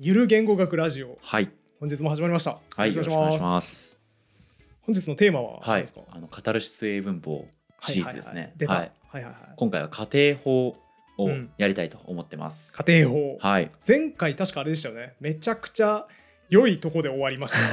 ゆる言語学ラジオ、 はい、 本日も始まりました。 はい、よろしくお願いします。 本日のテーマは何ですか？ カタルシス英文法シリーズですね。今回は家庭法をやりたいと思ってます。 家庭法、 はい、 前回確かあれでしたよね。めちゃくちゃ良いとこで終わりました。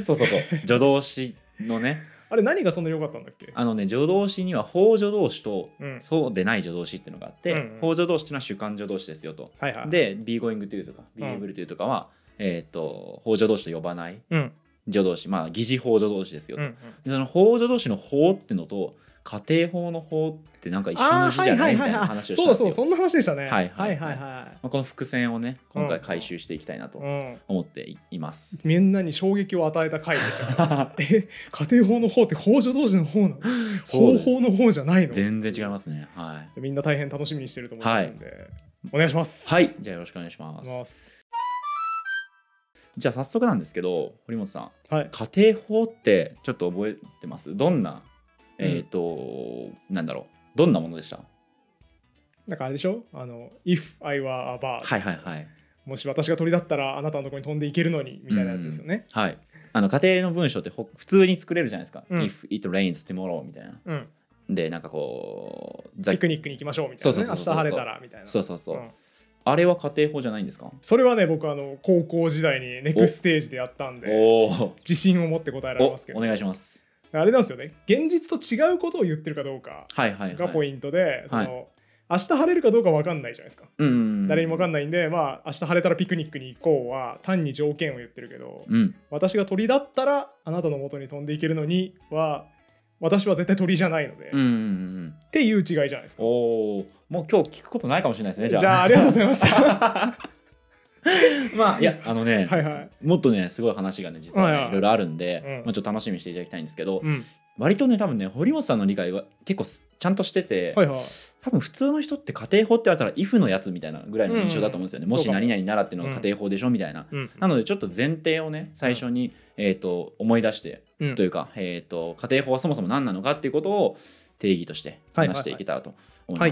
そう助動詞のねあれ何がそんな良かったんだっけ？ 助動詞には法助動詞と、そうでない助動詞っていうのがあって、法助動詞っていうのは主観助動詞ですよと。で be going to とか be able to とかは、法助動詞と呼ばない、助動詞、疑似法助動詞ですよと。でその法助動詞の法っていうのと家庭法の法ってなんか一緒の字じゃないみたいな話をしたんですよ。 そんな話でしたね。 この伏線をね今回回収していきたいなと思っています。 みんなに衝撃を与えた回でしたから家庭法の法って法助動詞の方なの？方法の方じゃないの？ 全然違いますね。 みんな大変楽しみにしてると思いますので、お願いします。 はい、じゃあよろしくお願いします。じゃあ早速なんですけど、堀本さん、家庭法ってちょっと覚えてます？どんななんだろう、どんなものでした？ なんかあれでしょ、If I were a bird、もし私が鳥だったらあなたのところに飛んでいけるのにみたいなやつですよね。 家庭の文章って普通に作れるじゃないですか。If it rains tomorrow みたいな。でなんかこうピクニックに行きましょうみたいな、明日晴れたらみたいな。あれは家庭法じゃないんですか？それはね、僕高校時代にネクステージでやったんで自信を持って答えられますけど。 お願いします。 あれなんですよね、現実と違うことを言ってるかどうかがポイントで、明日晴れるかどうか分かんないじゃないですか。誰にも分かんないんで、明日晴れたらピクニックに行こうは単に条件を言ってるけど、私が鳥だったらあなたの元に飛んでいけるのには私は絶対鳥じゃないので、っていう違いじゃないですか。 もう今日聞くことないかもしれないですね。 じゃあありがとうございましたいやもっとねすごい話がね実はねいろいろあるんで、ちょっと楽しみにしていただきたいんですけど、割とね多分ね堀本さんの理解は結構ちゃんとしてて、多分普通の人って家庭法って言われたら if のやつみたいなぐらいの印象だと思うんですよね。もし何々ならっていうのが家庭法でしょみたいな。なのでちょっと前提をね最初に思い出してというか、家庭法はそもそも何なのかっていうことを定義として話していけたらと思います。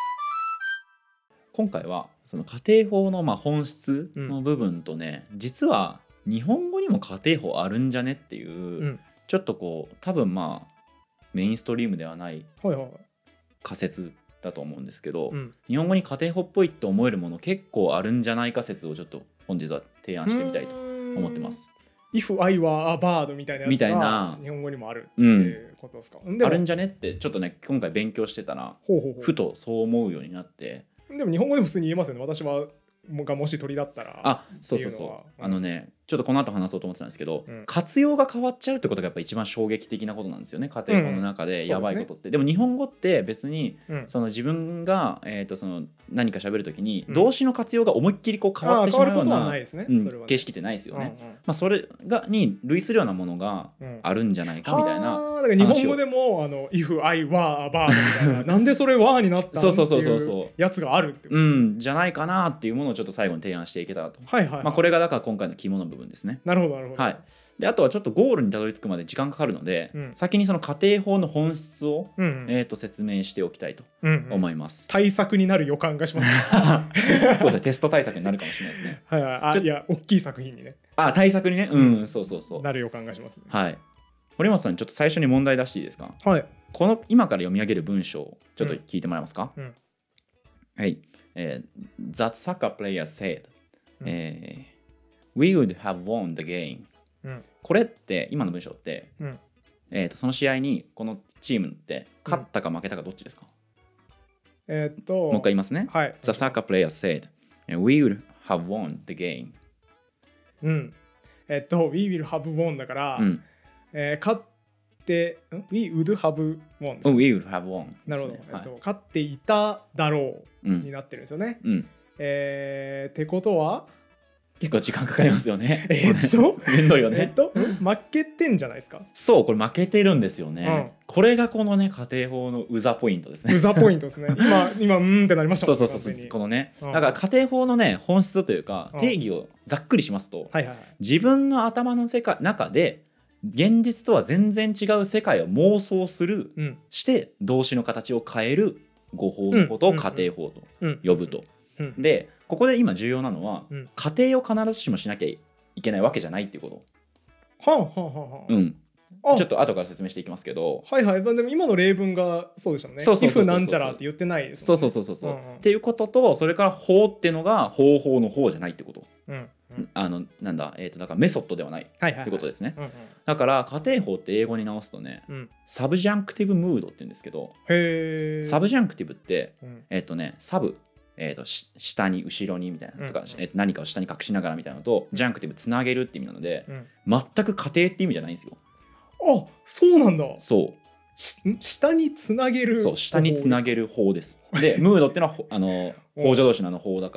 今回はその家庭法の本質の部分とね、実は日本語にも家庭法あるんじゃねっていう、ちょっとこう多分メインストリームではない仮説だと思うんですけど、日本語に家庭法っぽいと思えるもの結構あるんじゃないか説をちょっと本日は提案してみたいと思ってます。 If I were a bird みたいなやつが日本語にもあるっていうことですか？ あるんじゃねってちょっとね今回勉強してたらふとそう思うようになって。 でも日本語でも普通に言えますよね。私はがもし鳥だったら。 そうちょっとこの後話そうと思ってたんですけど、活用が変わっちゃうってことがやっぱ一番衝撃的なことなんですよね、家庭語の中でやばいことって。でも日本語って別にその自分がその何か喋るときに動詞の活用が思いっきりこう変わってしまうような形式ってないですよね。それに類するようなものがあるんじゃないかみたいな。 だから日本語でもIf I were a bird みたいななんでそれ were になったのっていうやつがあるってことじゃないかなっていうものをちょっと最後に提案していけたらと。これがだから今回の肝の部分ですね。 なるほど。 であとはちょっとゴールにたどり着くまで時間かかるので、先にその家庭法の本質を説明しておきたいと思います。 対策になる予感がしますそうですね、テスト対策になるかもしれないですね。 いや大きい作品にね。 対策にね、 なる予感がしますね。 堀本さんちょっと最初に問題出していいですか？この今から読み上げる文章をちょっと聞いてもらえますか？That soccer player said、We would have won the game、これって今の文章って、その試合にこのチームって勝ったか負けたかどっちですか？もう一回言いますね。The soccer player said、We would have won the game。 We will have won だから、勝ってWe would have won ですか？ We would have won。 なるほど、勝っていただろうになってるんですよね。ってことは結構時間かかりますよね。 めんどいよね。 負けてんじゃないですか？ そう、これ負けてるんですよね。これがこのね家庭法のウザポイントですね。 ウザポイントですね。今ってなりましたもんね。 そうこのね、だから家庭法のね本質というか定義をざっくりしますと、自分の頭の中で現実とは全然違う世界を妄想する、して動詞の形を変える語法のことを家庭法と呼ぶと。 でここで今重要なのは、家庭を必ずしもしなきゃいけないわけじゃないっていうこと。ちょっと後から説明していきますけど、 でも今の例文がそうでしたね。if なんちゃらって言ってないですもんね。っていうことと、それから法っていうのが方法の方じゃないってこと。なんだ、だからメソッドではないってことですね。だから家庭法って英語に直すとね、サブジャンクティブムードって言うんですけど、サブジャンクティブってサブ、下に後ろにみたいなとか、何かを下に隠しながらみたいなのと、ジャンクティブつなげるって意味なので、全く家庭って意味じゃないんですよ。 あ、そうなんだ。 そう。 下につなげる。 そう、下につなげる法です。で、ムードってのは法助動詞の法だから、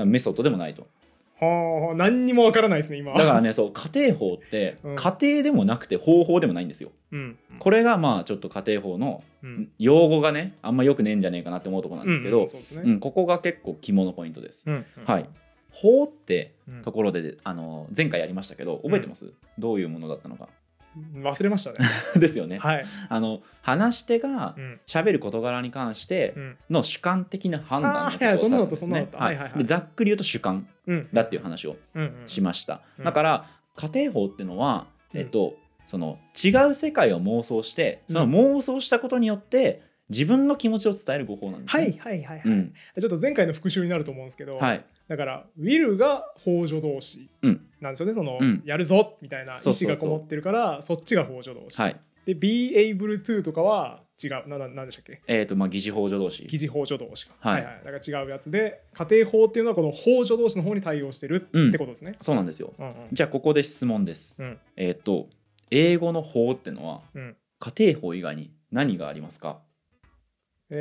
メソッドでもないと。 何にもわからないですね今。 だからね、そう、家庭法って家庭でもなくて方法でもないんですよ。これがまあちょっと家庭法の用語がね、あんまよくねえんじゃねえかなって思うところなんですけど、ここが結構肝のポイントです。はい。法ってところで前回やりましたけど、覚えてます？どういうものだったのか。 忘れましたね。 ですよね。話し手が喋る事柄に関しての主観的な判断のことを指すんですね。ざっくり言うと主観だっていう話をしました。だから家庭法っていうのはその違う世界を妄想して、その妄想したことによって自分の気持ちを伝える語法なんですね。 ちょっと前回の復習になると思うんですけど、だからウィルが法助動詞なんですよね。そのやるぞみたいな意思がこもってるから、そっちが法助動詞で be able to とかは違う。何でしたっけ？ 疑似法助動詞。 疑似法助動詞か。だから違うやつで、家庭法っていうのはこの法助動詞の方に対応してるってことですね。 そうなんですよ。じゃあここで質問です。英語の法ってのは家庭法以外に何がありますか？ 家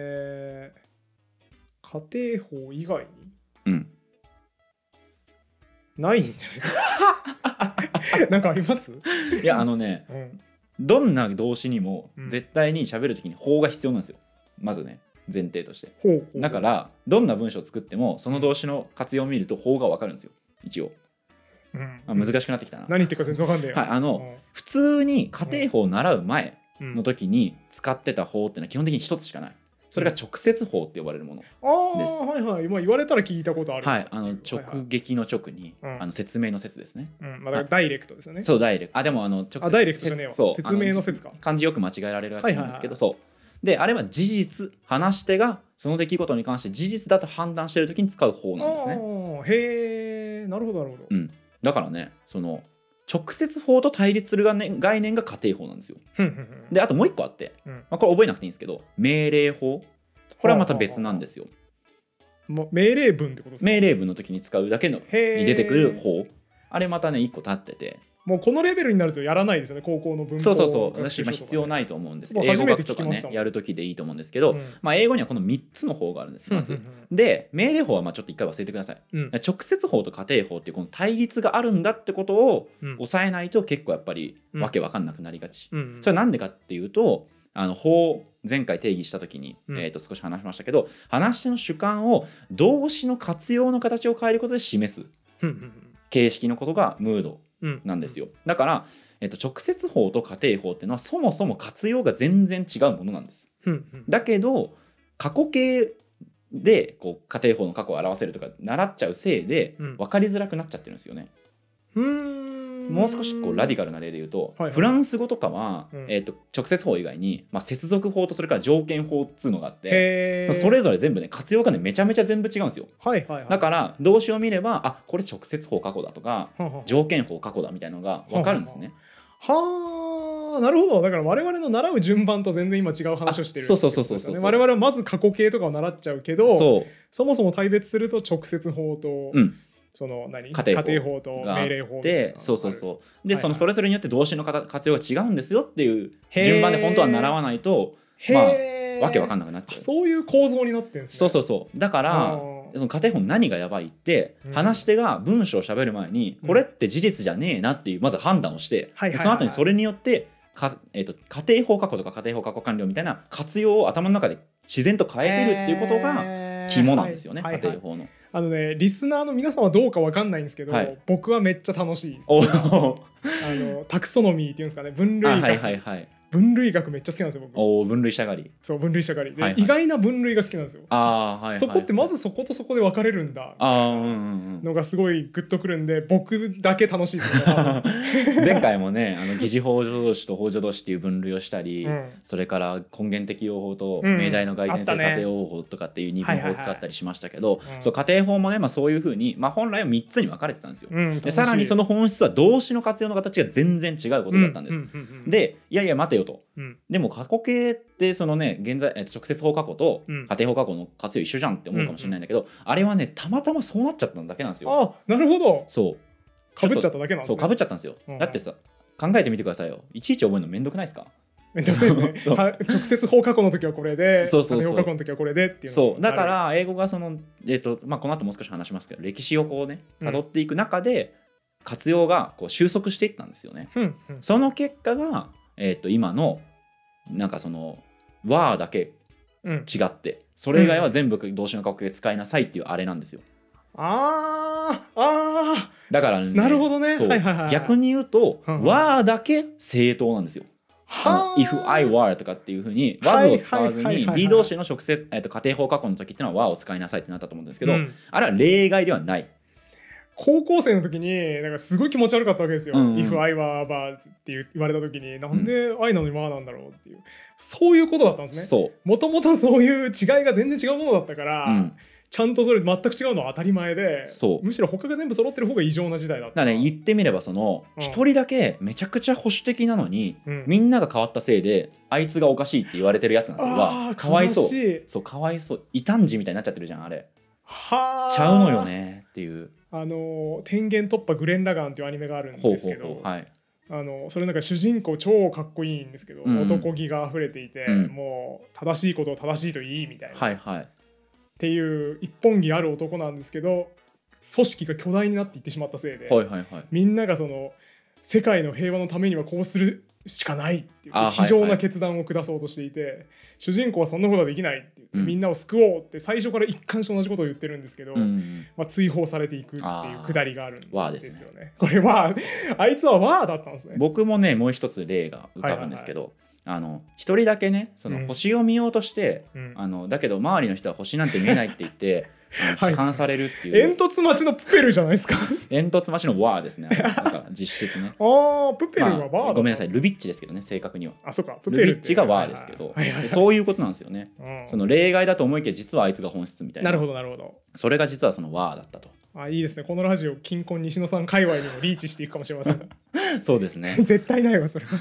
庭法以外にないんじゃないですか。なんかあります？ いやどんな動詞にも絶対に喋るときに法が必要なんですよ。まずね、前提として。だからどんな文章を作ってもその動詞の活用を見ると法が分かるんですよ、一応。難しくなってきたな。 何言ってるか全然分かんないよ。普通に家庭法を習う前の時に使ってた法っていうのは基本的に一つしかない。それが直接法って呼ばれるものです。 今言われたら聞いたことある。 直撃の直に説明の説ですね。 ダイレクトですよね。 そう、ダイレクト。でも直接。 ダイレクトじゃねえわ。説明の説か。 漢字よく間違えられるわけなんですけど、そうであれは事実、話し手がその出来事に関して事実だと判断している時に使う法なんですね。 へえ、なるほどなるほど。 だからね、その直接法と対立する概念が家庭法なんですよ。であともう一個あって、これ覚えなくていいんですけど、命令法。これはまた別なんですよ。 命令文ってことですか？ 命令文の時に使うだけのに出てくる法。あれまたね一個立ってて、 もうこのレベルになるとやらないですよね、高校の文法。 私必要ないと思うんですけど、英語学とかねやる時でいいと思うんですけど、英語にはこの3つの法があるんですまず。で命令法はちょっと一回忘れてください。直接法と家庭法っていうこの対立があるんだってことを抑えないと結構やっぱりわけわかんなくなりがち。それはなんでかっていうと、法前回定義した時に、少し話しましたけど、話し手の主観を動詞の活用の形を変えることで示す形式のことがムードなんですよ。だから、直接法と家庭法っていうのはそもそも活用が全然違うものなんです。だけど過去形でこう家庭法の過去を表せるとか習っちゃうせいで分かりづらくなっちゃってるんですよね。もう少しこうラディカルな例で言うと、フランス語とかは、直接法以外に、接続法とそれから条件法っつうのがあって、それぞれ全部ね活用がねめちゃめちゃ全部違うんですよ。だから動詞を見れば、あ、これ直接法過去だとか条件法過去だみたいなのが分かるんですね。 なるほど。だから我々の習う順番と全然今違う話をしてる。我々はまず過去形とかを習っちゃうけど、そもそも対別すると直接法と、その家庭法と命令法で、それぞれによって動詞の活用が違うんですよっていう順番で本当は習わないとわけわかんなくなっちゃう。そういう構造になってるんですね。 だからその家庭法何がやばいって、話し手が文章を喋る前にこれって事実じゃねえなっていうまず判断をして、その後にそれによって家庭法過去とか家庭法過去完了みたいな活用を頭の中で自然と変えてるっていうことが肝なんですよね、家庭法の。 リスナーの皆さんはどうか分かんないんですけど、僕はめっちゃ楽しい。タクソノミーっていうんですかね、分類学分類学めっちゃ好きなんですよ僕。 お分類したがり。 そう分類したがりで、はいはい、意外な分類が好きなんですよ。 はいはい、 そこってまずそことそこで分かれるんだみたいなのがすごいグッとくるんで、僕だけ楽しいですね。 前回もね疑似幇助動詞と幇助動詞っていう分類をしたり、それから根源的用法と命題の蓋然性査定用法とかっていう二分法を使ったりしましたけど、そう家庭法もね、そういうふうに、本来は3つに分かれてたんですよ。でさらにその本質は動詞の活用の形が全然違うことだったんです。でいやいや待てよと、でも過去形ってそのね現在、直接法過去と家庭法過去の活用一緒じゃんって思うかもしれないんだけど、あれはねたまたまそうなっちゃっただけなんですよ。 あ、なるほど。 そうかぶっちゃっただけなんですね。 そうかぶっちゃったんですよ。だってさ考えてみてくださいよ。いちいち覚えるのめんどくないですか？ めんどくさいですね。直接法過去の時はこれで、家庭法過去の時はこれでっていうの。 そうだから英語がそのこの後もう少し話しますけど、歴史をこうね辿っていく中で活用がこう収束していったんですよね。その結果が今のなんかその和だけ違って、それ以外は全部動詞の過去形使いなさいっていうあれなんですよ。だからね、 なるほどね。 逆に言うと和だけ正当なんですよ。if I were とかっていうふうに was を使わずに be 動詞の直接家庭法過去の時っていうのは和を使いなさいってなったと思うんですけど、あれは例外ではない。 高校生の時になんかすごい気持ち悪かったわけですよ。if I were bar って言われた時に、なんで I なのに were なんだろうっていう、そういうことだったんですね。もともとそういう違いが全然違うものだったから、ちゃんとそれ全く違うのは当たり前で、むしろ他が全部揃ってる方が異常な時代だった。 だからね、言ってみればその一人だけめちゃくちゃ保守的なのに、みんなが変わったせいであいつがおかしいって言われてるやつなんですよ。かわいそう。そうかわいそう。異端児みたいになっちゃってるじゃんあれ。ちゃうのよねっていう。 天元突破グレン・ラガンっていうアニメがあるんですけど、それなんか主人公超かっこいいんですけど、男気が溢れていて、もう正しいことを正しいといいみたいな。っていう一本気ある男なんですけど、組織が巨大になっていってしまったせいで、みんながその世界の平和のためにはこうするしかないっていう非常な決断を下そうとしていて、主人公はそんなことはできないって言って、みんなを救おうって最初から一貫して同じことを言ってるんですけど、追放されていくっていうくだりがあるんですよね。これはあいつはワーだったんですね。 僕もねもう一つ例が浮かぶんですけど、一人だけねその星を見ようとして、だけど周りの人は星なんて見えないって言って批判されるっていう。 煙突町のプペルじゃないですか。 煙突町のワーですね。なんか実質ね。 プペルはワーだ。 ごめんなさい、ルビッチですけどね、正確には。 そうか、 ルビッチがワーですけど、そういうことなんですよね。その例外だと思いきや実はあいつが本質みたいな。 なるほどなるほど。 それが実はそのワーだったと。 いいですね。このラジオ近婚西野さん界隈にもリーチしていくかもしれません。 そうですね。 絶対ないわそれは。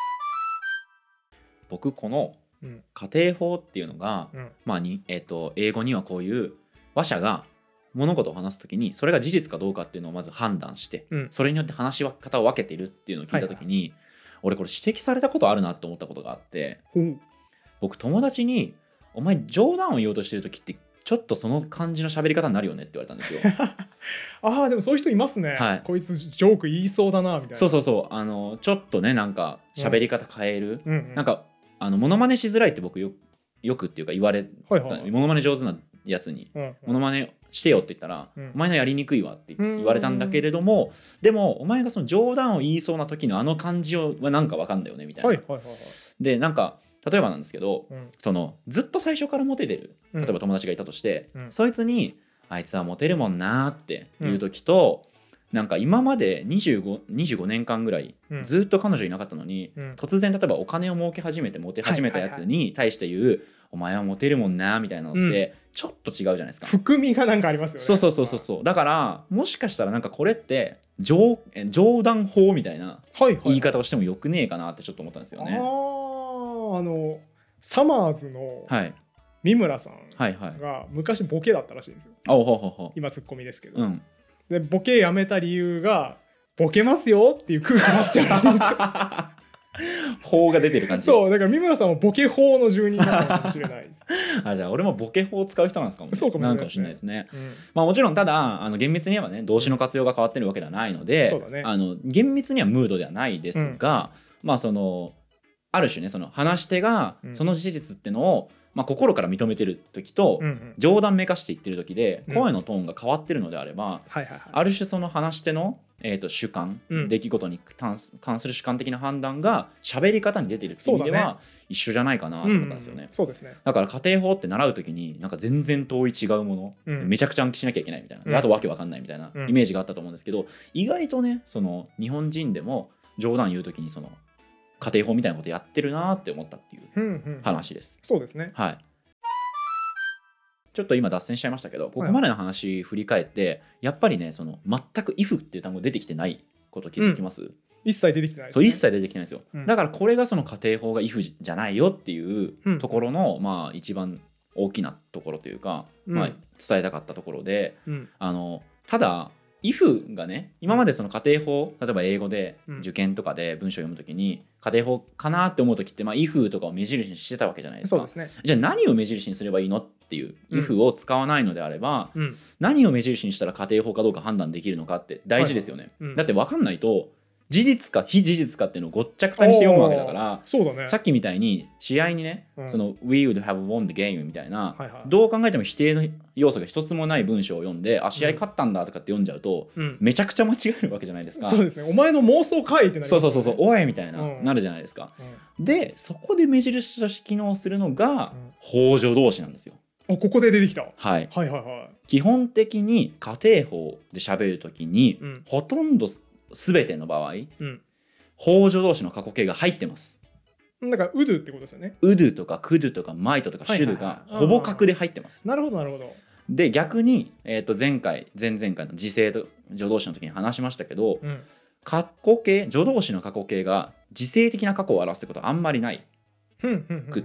僕この家庭法っていうのが、英語にはこういう話者が物事を話すときにそれが事実かどうかっていうのをまず判断して、それによって話し方を分けているっていうのを聞いたときに、俺これ指摘されたことあるなって思ったことがあって、僕友達に「お前冗談を言おうとしてる時ってちょっとその感じの喋り方になるよね」って言われたんですよ。 でもそういう人いますね。こいつジョーク言いそうだなみたいな。 そうちょっとねなんか喋り方変える、なんかモノマネしづらいって僕よくっていうか言われた、モノマネ上手なやつにモノマネしてよって言ったら、お前のやりにくいわって言われたんだけれども、でもお前がその冗談を言いそうな時のあの感じはなんかわかんだよねみたいな。でなんか例えばなんですけど、そのずっと最初からモテてる例えば友達がいたとして、そいつにあいつはモテるもんなっていう時と、なんか今まで25年間ぐらいずっと彼女いなかったのに、突然例えばお金を儲け始めてモテ始めたやつに対して言うお前はモテるもんなみたいなのってちょっと違うじゃないですか。 含みがなんかありますよね。 そうだからもしかしたらなんかこれって冗談法みたいな言い方をしてもよくねえかなってちょっと思ったんですよね。 サマーズの三村さんが昔ボケだったらしいんですよ。今ツッコミですけど、でボケやめた理由がボケますよっていう空気出しちゃうらしいんですよ。 法が出てる感じ。 そうだから三村さんはボケ法の住人だったかもしれないです。 じゃあ俺もボケ法を使う人なんですかもね。 そうかもしれないですね。もちろんただ厳密にはね動詞の活用が変わってるわけではないので、厳密にはムードではないですが、そのある種ねその話し手がその事実ってのを心から認めてる時と冗談めかして言ってる時で声のトーンが変わってるのであれば、ある種その話し手の主観、出来事に関する主観的な判断が喋り方に出てるっていう意味では一緒じゃないかなと思ったんですよね。 そうですね。 だから家庭法って習う時になんか全然遠い違うもの、めちゃくちゃ暗記しなきゃいけないみたいな、あとわけわかんないみたいなイメージがあったと思うんですけど、意外とねその日本人でも冗談言う時にその家庭法みたいなことやってるなって思ったっていう話です。 そうですね。 はい。ちょっと今脱線しちゃいましたけど、ここまでの話振り返ってやっぱりねその全く if っていう単語出てきてないこと気づきます？ 一切出てきてないですね。 そう、一切出てきてないんですよ。だからこれがその家庭法が if じゃないよっていうところの、まあ一番大きなところというか、まあ伝えたかったところで、ただif がね今までその家庭法、例えば英語で受験とかで文章を読むときに家庭法かなって思うときって、まあ if とかを目印にしてたわけじゃないですか。 そうですね。 じゃあ何を目印にすればいいのっていう、if を使わないのであれば、何を目印にしたら家庭法かどうか判断できるのかって大事ですよね。だって分かんないと事実か非事実かっていうのをごっちゃくたにして読むわけだから、 そうだね、 さっきみたいに試合にね、その We would have won the game みたいな、どう考えても否定の要素が一つもない文章を読んで、試合勝ったんだとかって読んじゃうと、めちゃくちゃ間違えるわけじゃないですか。 そうですね。お前の妄想かいってなりますね。 そうおいみたいな、なるじゃないですか。でそこで目印として機能するのが法助動詞なんですよ。 ここで出てきた。 はい基本的に家庭法で喋るときに、ほとんど全ての場合、法助動詞の過去形が入ってます。 だからウドゥってことですよね。 ウドゥとかクドゥとかマイトとかシュドゥがほぼ格で入ってます。 なるほどなるほど。 で逆に、前回前々回の時制と助動詞の時に話しましたけど、過去形助動詞の過去形が時制的な過去を表すことはあんまりないくって、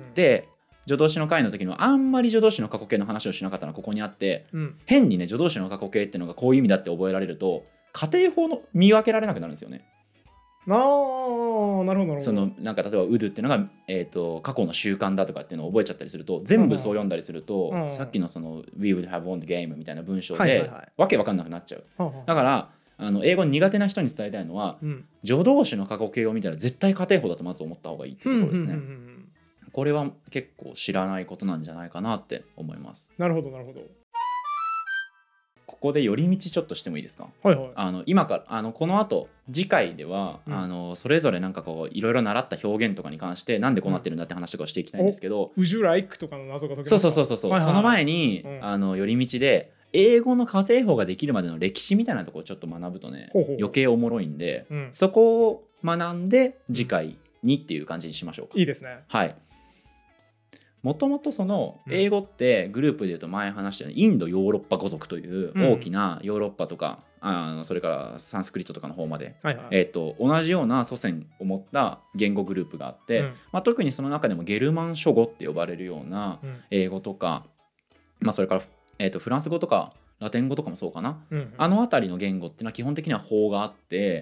助動詞の回の時のあんまり助動詞の過去形の話をしなかったのはここにあって、変にね助動詞の過去形っていうのがこういう意味だって覚えられると家庭法の見分けられなくなるんですよね。 なるほど。 そのなんか例えばウドゥっていうのが、過去の習慣だとかっていうのを覚えちゃったりすると、全部そう読んだりすると、さっきのその We would have won the game みたいな文章でわけわかんなくなっちゃう。だから英語苦手な人に伝えたいのは、助動詞の過去形を見たら絶対家庭法だとまず思った方がいいっていうところですね。これは結構知らないことなんじゃないかなって思います。 なるほどなるほど。 ここで寄り道ちょっとしてもいいですか？今からこの後次回では、それぞれなんかこういろいろ習った表現とかに関してなんでこうなってるんだって話とかをしていきたいんですけど、 ウジュライクとかの謎が解けますか？ そう、その前に、寄り道で英語の家庭法ができるまでの歴史みたいなところをちょっと学ぶとね余計おもろいんで、そこを学んで次回にっていう感じにしましょうか。 いいですね。 はい。もともとその英語ってグループでいうと前話したようにインドヨーロッパ語族という大きなヨーロッパとか、それからサンスクリットとかの方まで、同じような祖先を持った言語グループがあって、特にその中でもゲルマン諸語って呼ばれるような英語とか、それから、フランス語とかラテン語とかもそうかな、あの辺りの言語っていうのは基本的には法があって、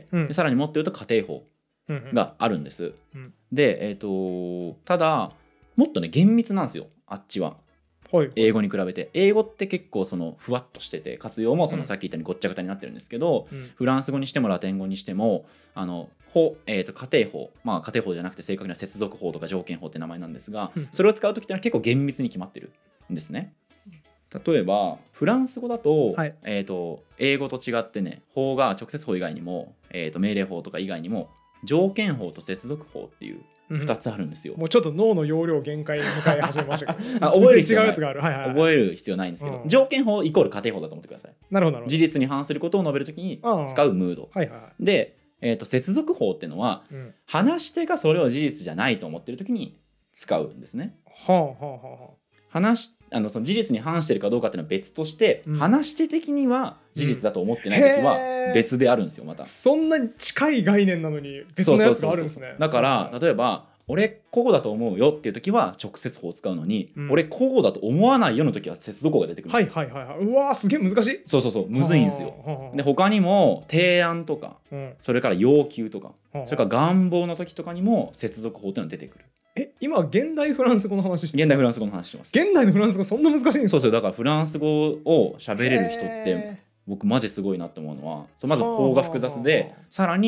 でさらにもっと言うと家庭法があるんです。で、ただもっとね厳密なんですよあっちは。英語に比べて英語って結構そのふわっとしてて活用もそのさっき言ったようにごっちゃごちゃになってるんですけど、フランス語にしてもラテン語にしても家庭法、家庭法じゃなくて正確には接続法とか条件法って名前なんですが、それを使う時ってのは結構厳密に決まってるんですね。例えばフランス語だと、英語と違ってね法が直接法以外にも、命令法とか以外にも条件法と接続法っていう2つあるんですよ。 もうちょっと脳の容量限界に迎え始めましたけど覚える必要ない。 覚える必要ないんですけど、条件法イコール家庭法だと思ってください。 なるほど。 事実に反することを述べるときに使うムードで、接続法っていうのは、話し手がそれを事実じゃないと思ってるときに使うんですね。その事実に反してるかどうかっていうのは別として、話し手的には事実だと思ってないときは別であるんですよ。またそんなに近い概念なのに別のやつがあるんですね。 だから例えば俺こうだと思うよっていう時は直接法を使うのに、俺こうだと思わないよの時は接続法が出てくるんですよ。うわーすげえ難しい。そうむずいんですよ。で他にも提案とか、それから要求とか、それから願望の時とかにも接続法っていうのが出てくる。 今現代フランス語の話してます？ 現代フランス語の話してます。 現代のフランス語そんな難しいんですか？ そうだからフランス語を喋れる人って僕マジすごいなって思うのは、まず法が複雑で、さらに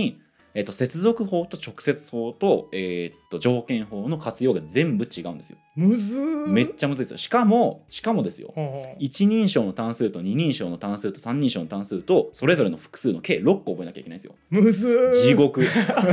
接続法と直接法と、条件法の活用が全部違うんですよ。 むずー。 めっちゃむずいですよ。しかもですよ、一人称の単数と二人称の単数と三人称の単数とそれぞれの複数の計6個覚えなきゃいけないんですよ。 むずー。 地獄。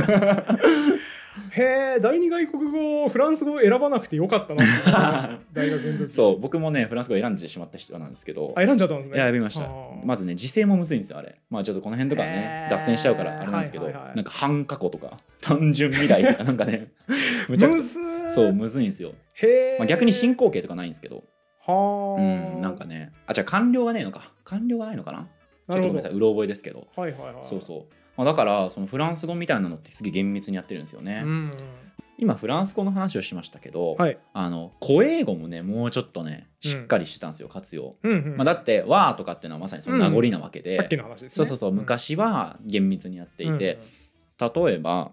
へえ、第二外国語フランス語を選ばなくてよかったなって話大学の時。 そう僕もねフランス語を選んでしまった人なんですけど。 選んじゃったんですね。 選びました。まずね時制もむずいんですよあれ。まあちょっとこの辺とかね脱線しちゃうからあれなんですけど、なんか半過去とか単純未来とかなんかねむちゃくちゃそうむずいんですよ。 へえ、 まあ、逆に進行形とかないんですけど、なんかねじゃあ完了がないのか完了がないのかな。ちょっとごめんなさいうろ覚えですけど、そうそう、まあ、だからそのフランス語みたいなのってすげえ厳密にやってるんですよね。今フランス語の話をしましたけど、古英語もねもうちょっとねしっかりしてたんですよ、活用。まあ、だって「わ」とかっていうのはまさにその名残なわけで、 さっきの話ですね。 そう昔は厳密にやっていて、例えば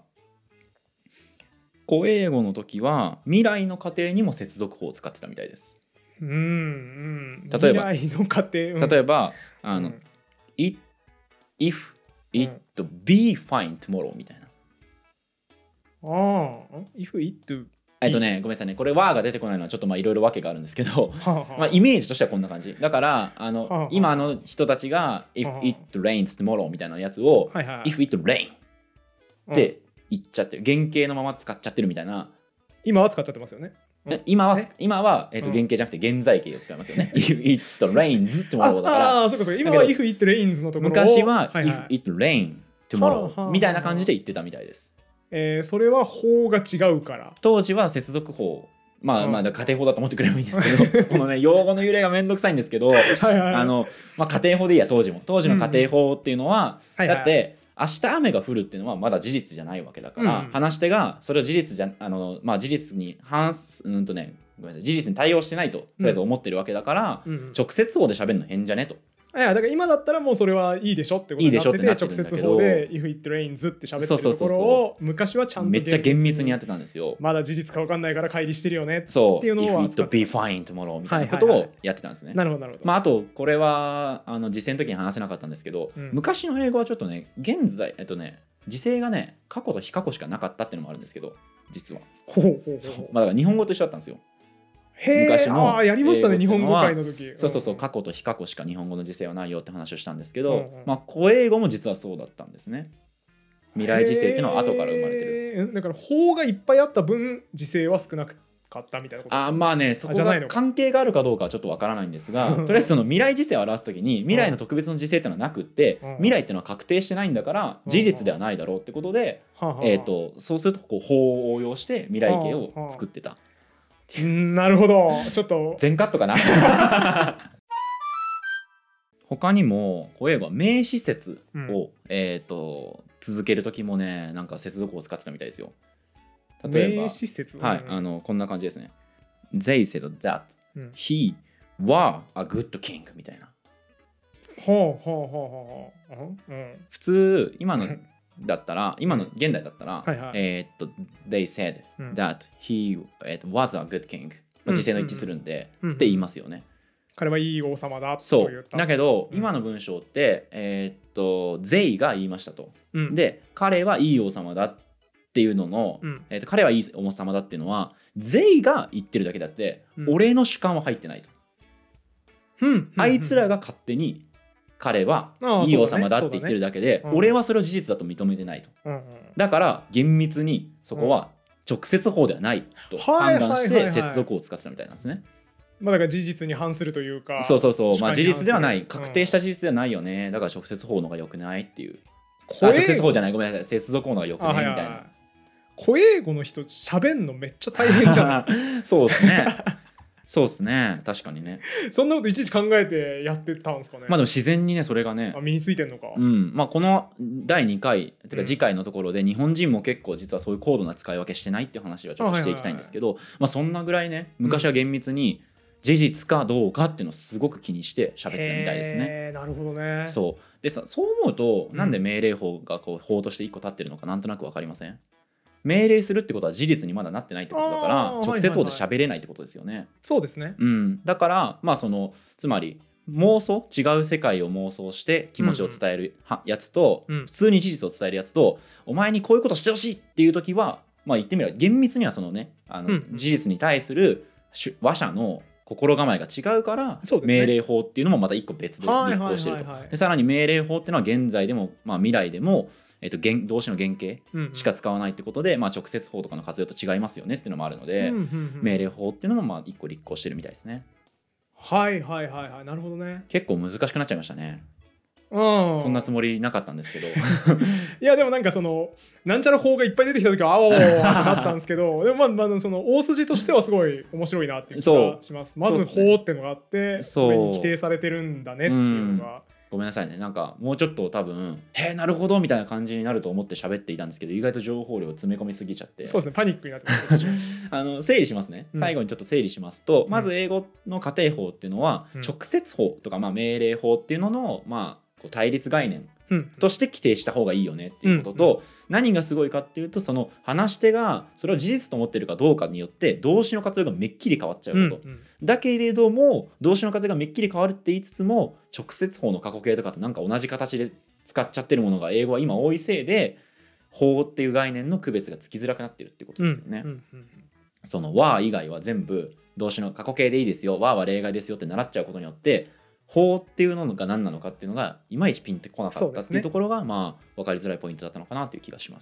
古英語の時は未来の過程にも接続法を使ってたみたいです。 例えば未来の過程、 例えばif it be fine tomorrow みたいな。 if it ごめんなさいね、これはが出てこないのはちょっといろいろ訳があるんですけどまあイメージとしてはこんな感じだから今の人たちが if it rains tomorrow みたいなやつを if it rain って言っちゃってる、原型のまま使っちゃってるみたいな。 今は使っちゃってますよね。 今は原型じゃなくて現在形を使いますよね。if it rains tomorrow だから。 そうか今は if it rains のところを昔は if it rain tomorrow みたいな感じで言ってたみたいです。 それは法が違うから。 当時は接続法、まあ家庭法だと思ってくればいいんですけどこのね用語の由来がめんどくさいんですけど家庭法でいいや当時の家庭法っていうのはだって明日雨が降るっていうのはまだ事実じゃないわけだから、話し手がそれを事実にごめんなさい事実に対応してないととりあえず思ってるわけだから、直接法で喋るの変じゃねと。 だから今だったらもうそれはいいでしょってことになってて、直接法で if it rains って喋ってるところを昔はちゃんとめっちゃ厳密にやってたんですよ。 まだ事実か分かんないから乖離してるよねっていうのを if it be fine tomorrow みたいなことをやってたんですね。 なるほどなるほど。 まああとこれは実践の時に話せなかったんですけど、昔の英語はちょっとね現在時制がね過去と非過去しかなかったっていうのもあるんですけど、実はだから日本語と一緒だったんですよ。 昔のやりましたね日本語会の時。 そう過去と非過去しか日本語の時制はないよって話をしたんですけど、古英語も実はそうだったんですね。未来時制っていうのは後から生まれてる。 だから法がいっぱいあった分時制は少なかったみたいなことですか。 まあねそこが関係があるかどうかはちょっとわからないんですがとりあえずその未来時制を表す時に未来の特別の時制っていうのはなくって未来っていうのは確定してないんだから事実ではないだろうってことでそうすると法を応用して未来形を作ってた。 なるほど。ちょっと全カットかな他にも古英語は名詞節を、続ける時もねなんか接続を使ってたみたいですよ。例えば名詞節、 こんな感じですね。 They said that he was a good king みたいな。普通今のだったら今の現代だったらThey said that he was a good king 時制の一致するんでって言いますよね。 彼はいい王様だと言った。だけど今の文章ってThey が言いましたと。で彼はいい王様だっていうのの彼はいい王様だっていうのは They が言ってるだけだって俺の主観は入ってないと。あいつらが勝手に彼はいい王様だって言ってるだけで俺はそれを事実だと認めてないと。だから厳密にそこは直接法ではないと判断して接続を使ってたみたいなんですね。 だから事実に反するというかそう事実ではない確定した事実ではないよね。だから直接法の方がよくないっていう。直接法じゃないごめんなさい接続法の方がよくねみたいな。 古英語の人喋んのめっちゃ大変じゃないですか。 そうですねそうですね確かにね。 そんなこといちいち考えてやってたんですかね。 でも自然にねそれがね身についてんのか。 この第2回てか次回のところで日本人も結構実はそういう高度な使い分けしてないっていう話はちょっとしていきたいんですけど、そんなぐらいね昔は厳密に事実かどうかっていうのをすごく気にして喋ってたみたいですね。 なるほどね。 でそう思うとなんで命令法がこう法として1個立ってるのかなんとなく分かりません？命令するってことは事実にまだなってないってことだから直接法で喋れないってことですよね。 そうですね。 だからつまり妄想、違う世界を妄想して気持ちを伝えるやつと、普通に事実を伝えるやつと、お前にこういうことしてほしいっていう時は、まあ言ってみれば厳密にはそのね、事実に対する話者の心構えが違うから、命令法っていうのもまた一個別で立候してると。でさらに命令法っていうのは現在でも、まあ、未来でも、動詞の原型しか使わないってことで、まあ、直接法とかの活用と違いますよねっていうのもあるので、命令法っていうのもまあ一個立候してるみたいですね。 はいはいはいはい、なるほどね。 結構難しくなっちゃいましたね。そんなつもりなかったんですけどいやでもなんかそのなんちゃら法がいっぱい出てきた時はあおーってなったんですけどでもまあその大筋としてはすごい面白いなっていう気がします。まず法っていうのがあって、それに規定されてるんだねっていうのが、 ごめんなさいね、なんかもうちょっと多分へえなるほどみたいな感じになると思って喋っていたんですけど、意外と情報量を詰め込みすぎちゃって、 そうですね、パニックになってます整理しますね。最後にちょっと整理しますと、まず英語の家庭法っていうのは、直接法とかまあ命令法っていうののまあ対立概念として規定した方がいいよねっていうことと、何がすごいかっていうと、その話し手がそれを事実と思ってるかどうかによって動詞の活用がめっきり変わっちゃうこと、だけれども動詞の活用がめっきり変わるって言いつつも直接法の過去形とかとなんか同じ形で使っちゃってるものが英語は今多いせいで、法っていう概念の区別がつきづらくなってるっていうことですよね。そのは以外は全部動詞の過去形でいいですよ、は例外ですよって習っちゃうことによって法っていうのが何なのかっていうのがいまいちピンってこなかったっていうところが、まあ分かりづらいポイントだったのかなという気がします。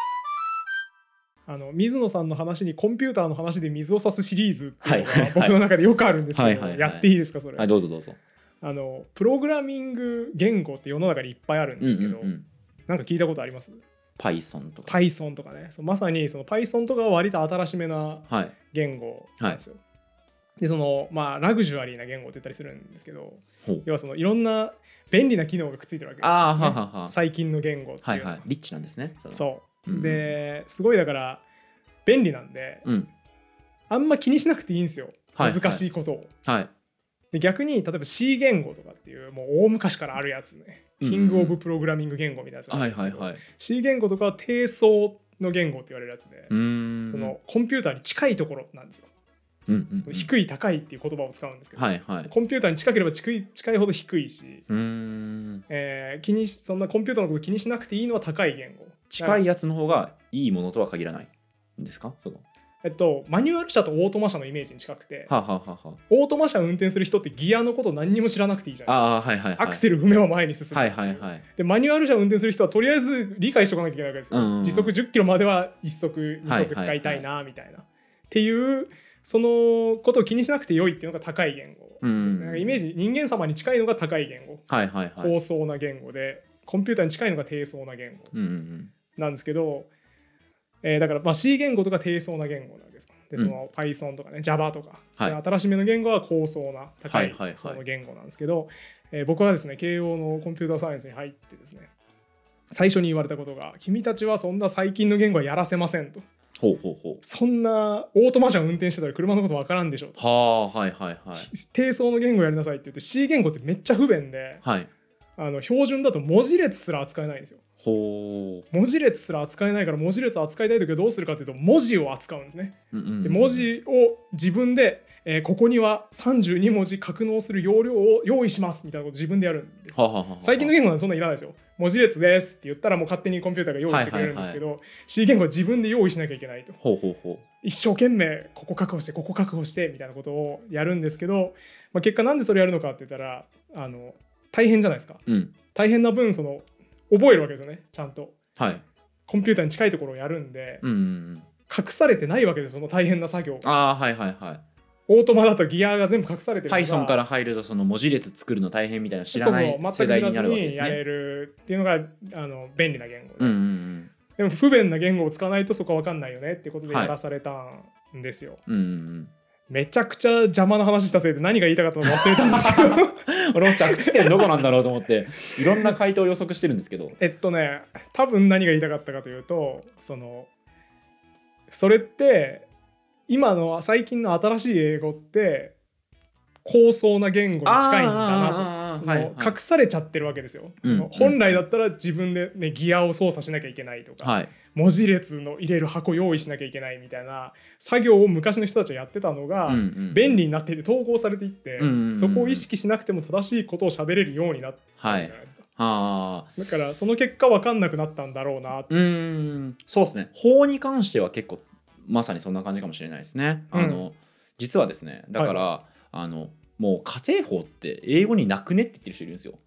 水野さんの話にコンピューターの話で水を差すシリーズっていうのが僕の中でよくあるんですけど、やっていいですかそれ。 はい、どうぞどうぞ。 プログラミング言語って世の中にいっぱいあるんですけど、なんか聞いたことあります？ Python とか。 Python とかね。まさにその Python とかは割と新しめな言語なんですよ。でまあラグジュアリーな言語って言ったりするんですけど、要はそのいろんな便利な機能がくっついてるわけですね。最近の言語っていうのは、 リッチなんですね。 そうですごいだから便利なんで、あんま気にしなくていいんですよ、難しいことを。で逆に例えば C 言語とかっていうもう大昔からあるやつね、キングオブプログラミング言語みたいなやつなんですけど、C 言語とかは低層の言語って言われるやつで、そのコンピューターに近いところなんですよ。低い高いっていう言葉を使うんですけど、コンピューターに近ければ近いほど低いし、そんなコンピューターのこと気にしなくていいのは高い言語。 近いやつの方がいいものとは限らないんですか？ マニュアル車とオートマ車のイメージに近くて、オートマ車運転する人ってギアのこと何にも知らなくていいじゃないですか。アクセル踏めば前に進む。でマニュアル車運転する人はとりあえず理解しとかなきゃいけないわけですよ。時速10キロまでは1足2足使いたいなみたいな、っていうそのことを気にしなくて良いっていうのが高い言語ですね。イメージ人間様に近いのが高い言語、高層な言語で、コンピューターに近いのが低層な言語なんですけど、だからまあ C 言語とか低層な言語なんです。でその Python とかね Java とか、新しめの言語は高層な高いその言語なんですけど、僕はですね慶応のコンピューターサイエンスに入ってですね、最初に言われたことが、君たちはそんな最近の言語はやらせませんと。そんなオートマ車運転してたら車のこと分からんでしょと。低層の言語やりなさいって言って、 C 言語ってめっちゃ不便で、標準だと文字列すら扱えないんですよ。文字列すら扱えないから、文字列扱いたい時はどうするかというと文字を扱うんですね。で文字を自分で、ここには32文字格納する容量を用意しますみたいなことを自分でやるんです。最近の言語はそんなにいらないですよ。文字列ですって言ったらもう勝手にコンピューターが用意してくれるんですけど、C 言語は自分で用意しなきゃいけないと。一生懸命ここ確保してここ確保してみたいなことをやるんですけど、結果なんでそれやるのかって言ったら大変じゃないですか。大変な分覚えるわけですよね、ちゃんと。コンピューターに近いところをやるんで、隠されてないわけです、その大変な作業が。オートマだとギアが全部隠されてるから、 Python から入るとその文字列作るの大変みたいな知らない世代になるわけですね。全く知らずにやれるっていうのが便利な言語で、でも不便な言語を使わないとそこは分かんないよねってことでやらされたんですよ。めちゃくちゃ邪魔な話したせいで何が言いたかったのか忘れたんですけど俺も着地点どこなんだろうと思っていろんな回答を予測してるんですけど、 多分何が言いたかったかというと、それって今の最近の新しい英語って高層な言語に近いんだな隠されちゃってるわけですよ、本来だったら自分で、ね、ギアを操作しなきゃいけないとか、文字列の入れる箱用意しなきゃいけないみたいな作業を昔の人たちはやってたのが、便利になっていて統合されていって、そこを意識しなくても正しいことを喋れるようになったじゃないですか。だからその結果分かんなくなったんだろうな。 そうですね。法に関しては結構まさにそんな感じかもしれないですね。実はですね、だから、もう家庭法って英語になくねって言ってる人いるんですよ。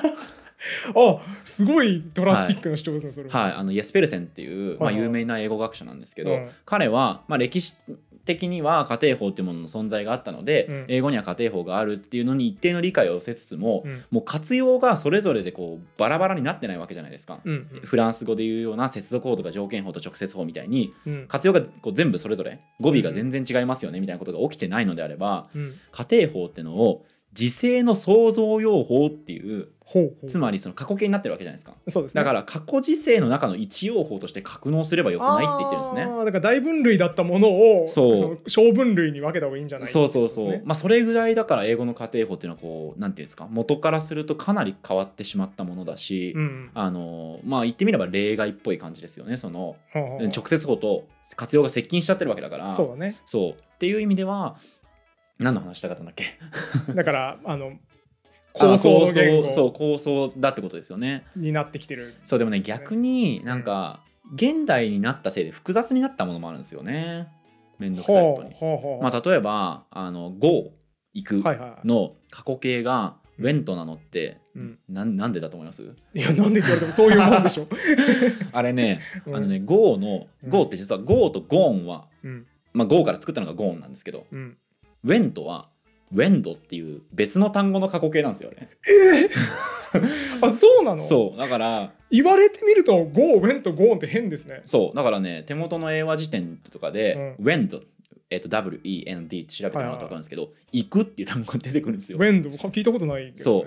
すごいドラスティックな主張ですね、それは。イエス・ペルセンっていう、有名な英語学者なんですけど、彼は、歴史的には家庭法っていうものの存在があったので、英語には家庭法があるっていうのに一定の理解を寄せつつも、もう活用がそれぞれでこうバラバラになってないわけじゃないですか。フランス語でいうような接続法とか条件法と直接法みたいに、活用がこう全部それぞれ語尾が全然違いますよねみたいなことが起きてないのであれば、家庭法っていうのを時制の創造用法っていう、つまりその過去形になってるわけじゃないですか。 そうですね。 だから過去時制の中の一用法として格納すればよくないって言ってるんですね。 だから大分類だったものをその小分類に分けた方がいいんじゃないか、ね、 そう、それぐらいだから英語の家庭法っていうのはこうなんていうんですか、元からするとかなり変わってしまったものだし、言ってみれば例外っぽい感じですよね。その直接法と活用が接近しちゃってるわけだから。 そうだね。 そうっていう意味では何の話したかったんだっけ。 だから構想の言語、 そう構想だってことですよね。 になってきてる。 そうでもね、逆になんか現代になったせいで複雑になったものもあるんですよね。めんどくさいことに。例えばgo 行くの過去形が went なのって、なんでだと思います？ いや、なんでって言われてもそういうもんでしょ。 あれね、go の go って実は go と gone は、go から作ったのが gone なんですけど、went はwend っていう別の単語の過去形なんですよね。 そうなの？ そうだから言われてみると go went gone って変ですね。 そうだからね、手元の英和辞典とかで、wend WEND って調べてもらうと分かるんですけど、行くっていう単語が出てくるんですよ。 wend 聞いたことないけど、 そう、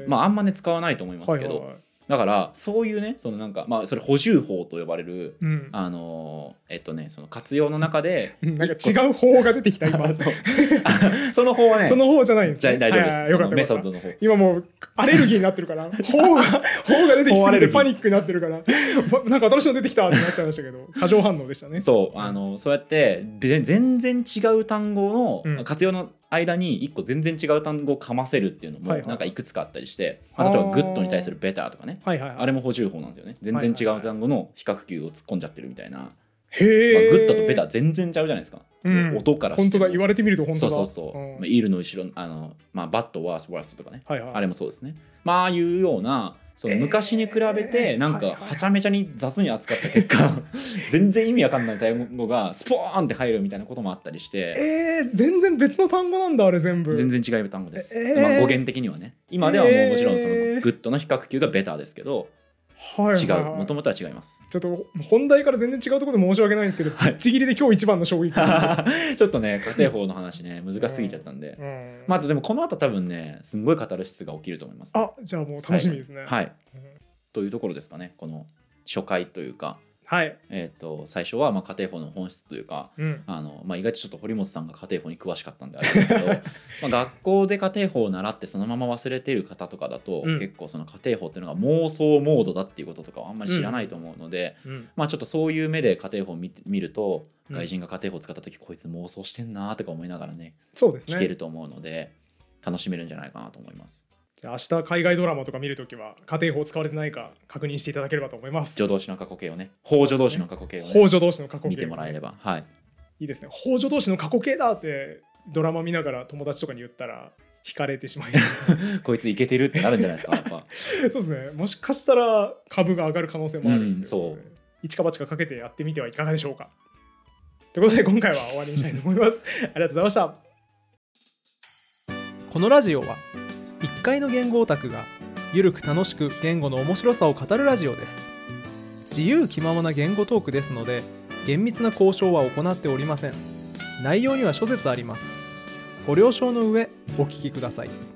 あんまね使わないと思いますけど、だからそういうね、そのなんかそれ補充法と呼ばれる、その活用の中でなんか違う法が出てきた今。 その法はね、 その法じゃないんですね。 大丈夫です。 よかった、 メソッドの方。 今もうアレルギーになってるから法が出てきすぎてパニックになってるからなんか新しいの出てきたってなっちゃいましたけど、過剰反応でしたね。 そうそうやって全然違う単語の活用の間に一個全然違う単語をかませるっていうのもなんかいくつかあったりして、例えばグッドに対するベターとかね、あれも補充法なんですよね。全然違う単語の比較級を突っ込んじゃってるみたいな。グッドとベター全然ちゃうじゃないですか、音からしても。 本当だ、言われてみると本当だ。 そうイールの後ろバッドワースワースとかね、あれもそうですね。ああいうようなその昔に比べてなんかはちゃめちゃに雑に扱った結果全然意味わかんない単語がスポーンって入るみたいなこともあったりして、 全然別の単語なんだあれ全部。 全然違う単語です、語源的にはね。今ではもうもちろんそのグッドの比較級がベターですけど、違う、もともとは違います。 ちょっと本題から全然違うところで申し訳ないんですけど、ぶっちぎりで今日一番の衝撃ちょっとね家庭法の話ね難しすぎちゃったんで、でもこの後多分ねすんごいカタルシスが起きると思います。 じゃあもう楽しみですね。 というところですかね、この初回というか。 最初は家庭法の本質というか、意外とちょっと堀本さんが家庭法に詳しかったんであれですけど学校で家庭法を習ってそのまま忘れている方とかだと、結構その家庭法っていうのが妄想モードだっていうこととかはあんまり知らないと思うので、ちょっとそういう目で家庭法を見ると、外人が家庭法を使った時こいつ妄想してんなとか思いながらね、聞けると思うので楽しめるんじゃないかなと思います。 じゃあ明日海外ドラマとか見るときは家庭法使われてないか確認していただければと思います。 助動詞の過去形をね、法助動詞の過去形をね、 法助動詞の過去形見てもらえれば、 いいですね。法助動詞の過去形だってドラマ見ながら友達とかに言ったら惹かれてしまいこいつイケてるってなるんじゃないですかやっぱそうですね、もしかしたら株が上がる可能性もあるんで、一か八かかけてやってみてはいかがでしょうか。ということで今回は終わりにしたいと思いますありがとうございました。このラジオは1階の言語オタクがゆるく楽しく言語の面白さを語るラジオです。自由気ままな言語トークですので厳密な交渉は行っておりません。内容には諸説あります。ご了承の上お聞きください。